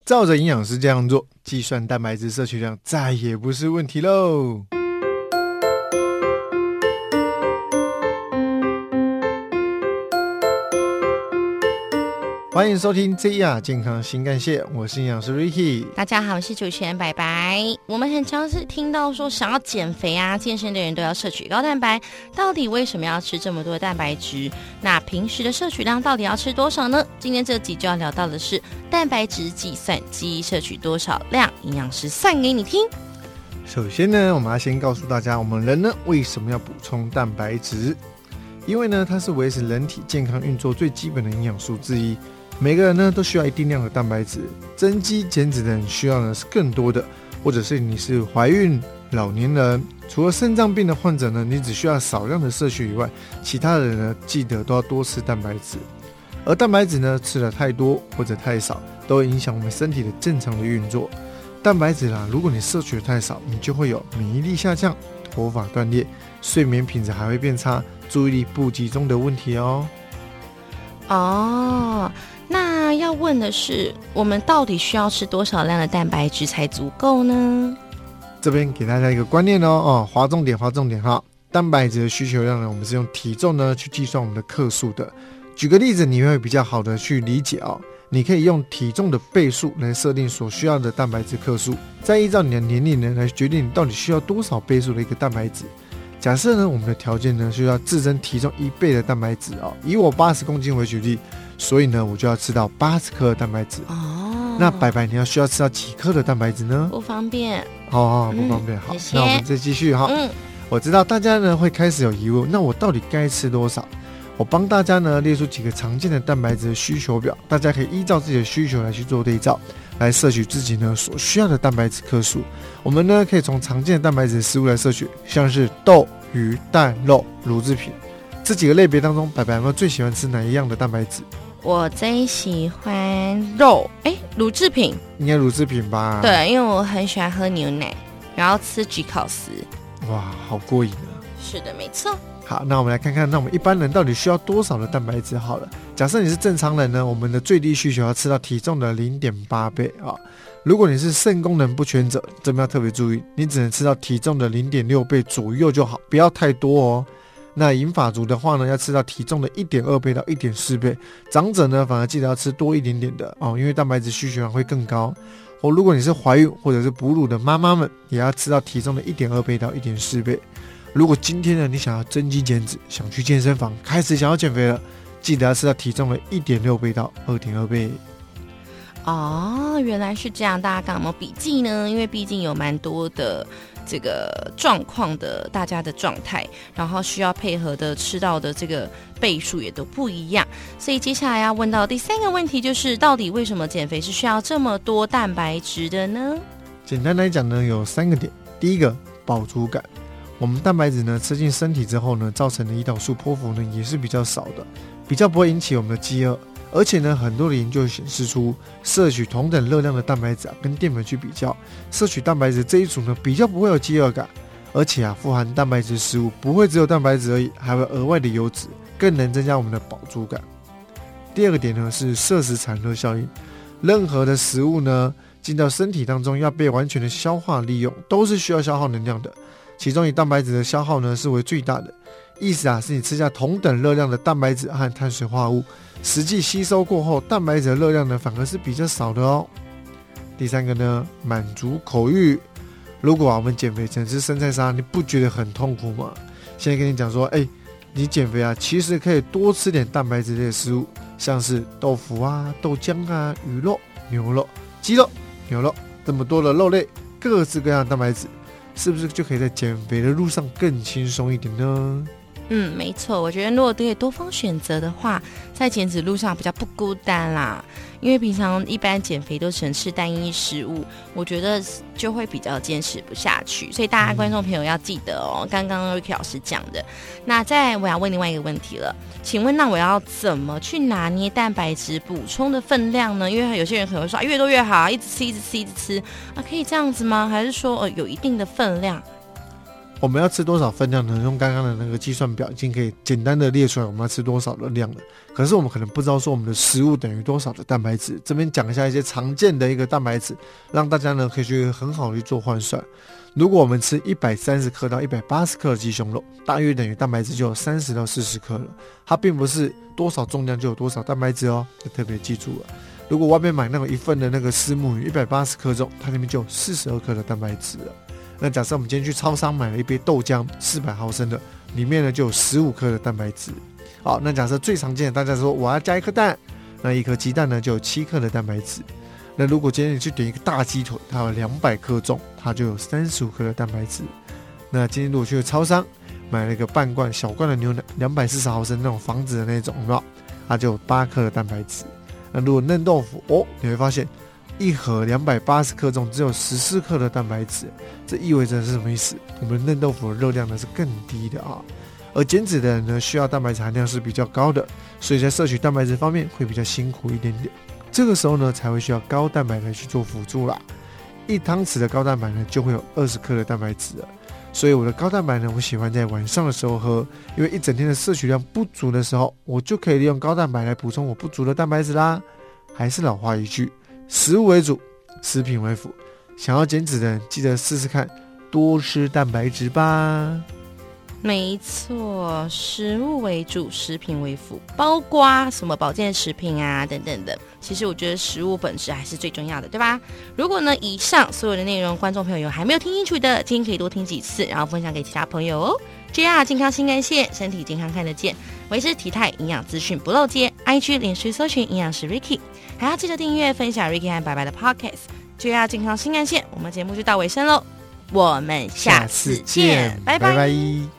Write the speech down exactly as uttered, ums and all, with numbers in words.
照着营养师这样做，计算蛋白质摄取量再也不是问题喽。欢迎收听 J R 健康新干线，我是营养师 Ricky。 大家好，我是主持人白白。我们很常是听到说想要减肥啊，健身的人都要摄取高蛋白，到底为什么要吃这么多的蛋白质？那平时的摄取量到底要吃多少呢？今天这集就要聊到的是蛋白质计算机，摄取多少量，营养师算给你听。 首先呢，我们要先告诉大家，我们人呢为什么要补充蛋白质？因为呢，它是维持人体健康运作最基本的营养素之一。每个人呢都需要一定量的蛋白质，增肌减脂的人需要的是更多的，或者是你是怀孕、老年人，除了肾脏病的患者呢，你只需要少量的摄取以外，其他的人呢记得都要多吃蛋白质。而蛋白质呢吃的太多或者太少，都会影响我们身体的正常的运作。蛋白质啦，如果你摄取的太少，你就会有免疫力下降、头发断裂、睡眠品质还会变差、注意力不集中的问题哦。 哦，那要问的是，我们到底需要吃多少量的蛋白质才足够呢？ 这边给大家一个观念哦，哦，划重点，划重点哈。蛋白质的需求量呢，我们是用体重呢去计算我们的克数的。举个例子，你会比较好的去理解哦。你可以用体重的倍数来设定所需要的蛋白质克数，再依照你的年龄呢来决定你到底需要多少倍数的一个蛋白质。假设呢，我们的条件呢需要自身体重一倍的蛋白质哦，以我八十公斤为举例，所以呢我就要吃到八十克的蛋白质。哦，那白白你要需要吃到几克的蛋白质呢？ 不方便。 好、哦、好，不方便。嗯、好，那我们再继续哈。 嗯， 我知道大家呢会开始有疑问，那我到底该吃多少？我帮大家呢列出几个常见的蛋白质的需求表，大家可以依照自己的需求来去做对照，来摄取自己呢所需要的蛋白质克数。我们呢可以从常见的蛋白质食物来摄取，像是豆、鱼、蛋、肉、乳制品这几个类别当中，白白有没有最喜欢吃哪一样的蛋白质？ 我最喜欢肉，哎，乳制品， 应该乳制品吧？ 对，因为我很喜欢喝牛奶，然后吃焗烤丝。 哇，好过瘾啊！ 是的，没错。 好，那我们来看看，那我们一般人到底需要多少的蛋白质？好了，假设你是正常人呢，我们的最低需求要吃到体重的 零点八 倍啊。如果你是肾功能不全者，这边要特别注意，你只能吃到体重的 零点六 倍左右就好，不要太多哦。那银发族的话呢，要吃到体重的 一点二 倍到 一点四 倍。长者呢，反而记得要吃多一点点的哦，因为蛋白质需求量会更高。或如果你是怀孕或者是哺乳的妈妈们，也要吃到体重的 一点二 倍到 一点四 倍。如果今天呢，你想要增肌减脂，想去健身房开始想要减肥了，记得要吃到体重的 一点六 倍到 二点二 倍。 哦，原来是这样，大家刚刚有没有笔记呢？因为毕竟有蛮多的这个状况的，大家的状态，然后需要配合的吃到的这个倍数也都不一样，所以接下来要问到第三个问题，就是到底为什么减肥是需要这么多蛋白质的呢？ 简单来讲呢，有三个点。第一个，饱足感。我们蛋白质呢吃进身体之后呢，造成的胰岛素波幅呢也是比较少的，比较不会引起我们的饥饿。而且呢，很多的研究显示出，摄取同等热量的蛋白质啊，跟淀粉去比较，摄取蛋白质这一组呢，比较不会有饥饿感。而且啊，富含蛋白质食物不会只有蛋白质而已，还会额外的油脂，更能增加我们的饱足感。第二个点呢是摄食产热效应，任何的食物呢进到身体当中要被完全的消化利用，都是需要消耗能量的。其中以蛋白质的消耗呢是为最大的，意思啊是你吃下同等热量的蛋白质和碳水化合物，实际吸收过后，蛋白质的热量呢反而是比较少的哦。第三个呢，满足口欲。如果、啊、我们减肥只吃生菜沙，你不觉得很痛苦吗？现在跟你讲说，哎，你减肥啊，其实可以多吃点蛋白质类的食物，像是豆腐啊、豆浆啊、鱼肉、牛肉、鸡肉、牛肉，这么多的肉类，各式各样的蛋白质。是不是就可以在减肥的路上更轻松一点呢？ 嗯，没错，我觉得如果可以多方选择的话，在减脂路上比较不孤单啦。因为平常一般减肥都只能吃单一食物，我觉得就会比较坚持不下去。所以大家观众朋友要记得哦，刚刚 Ricky 老师讲的。那再我要问另外一个问题了，请问那我要怎么去拿捏蛋白质补充的分量呢？因为有些人可能会说、啊、越多越好，一直吃一直吃一直吃啊，可以这样子吗？还是说、呃、有一定的分量？ 我们要吃多少分量呢？用刚刚的那个计算表已经可以简单的列出来我们要吃多少的量了。可是我们可能不知道说我们的食物等于多少的蛋白质。这边讲一下一些常见的一个蛋白质，让大家呢可以去很好的去做换算。如果我们吃一百三十克到一百八十克的鸡胸肉，大约等于蛋白质就有三十到四十克了。它并不是多少重量就有多少蛋白质哦，要特别记住了。如果外面买那种一份的那个虱目鱼一百八十克重，它里面就有四十二克的蛋白质了。那假设我们今天去超商买了一杯豆浆四百毫升的，里面呢就有十五克的蛋白质。好，那假设最常见的，大家说我要加一颗蛋，那一颗鸡蛋呢就有七克的蛋白质。那如果今天你去点一个大鸡腿，它有两百克重，它就有三十五克的蛋白质。那今天如果去超商买了一个半罐小罐的牛奶，两百四十毫升那种房子的那种，有没有？它就有八克的蛋白质。那如果嫩豆腐哦，你会发现一盒两百八十克重，只有十四克的蛋白质，这意味着是什么意思？我们嫩豆腐的热量呢是更低的啊。而减脂的人呢，需要蛋白质含量是比较高的，所以在摄取蛋白质方面会比较辛苦一点点。这个时候呢，才会需要高蛋白来去做辅助啦。一汤匙的高蛋白呢，就会有二十克的蛋白质了。所以我的高蛋白呢，我喜欢在晚上的时候喝，因为一整天的摄取量不足的时候，我就可以利用高蛋白来补充我不足的蛋白质啦。还是老话一句，食物为主，食品为辅。想要减脂的人，记得试试看，多吃蛋白质吧。 没错，食物为主，食品为辅，包括什么保健食品啊等等的。其实我觉得食物本质还是最重要的，对吧？如果呢以上所有的内容，观众朋友还没有听清楚的，今天可以多听几次，然后分享给其他朋友哦。J R 健康新干线，身体健康看得见，维持体态营养资讯不漏接。I G 脸书搜寻营养师 Ricky， 还要记得订阅分享 Ricky 和白白的 Podcast。J R 健康新干线，我们节目就到尾声喽，我们下次见，拜拜。 拜拜。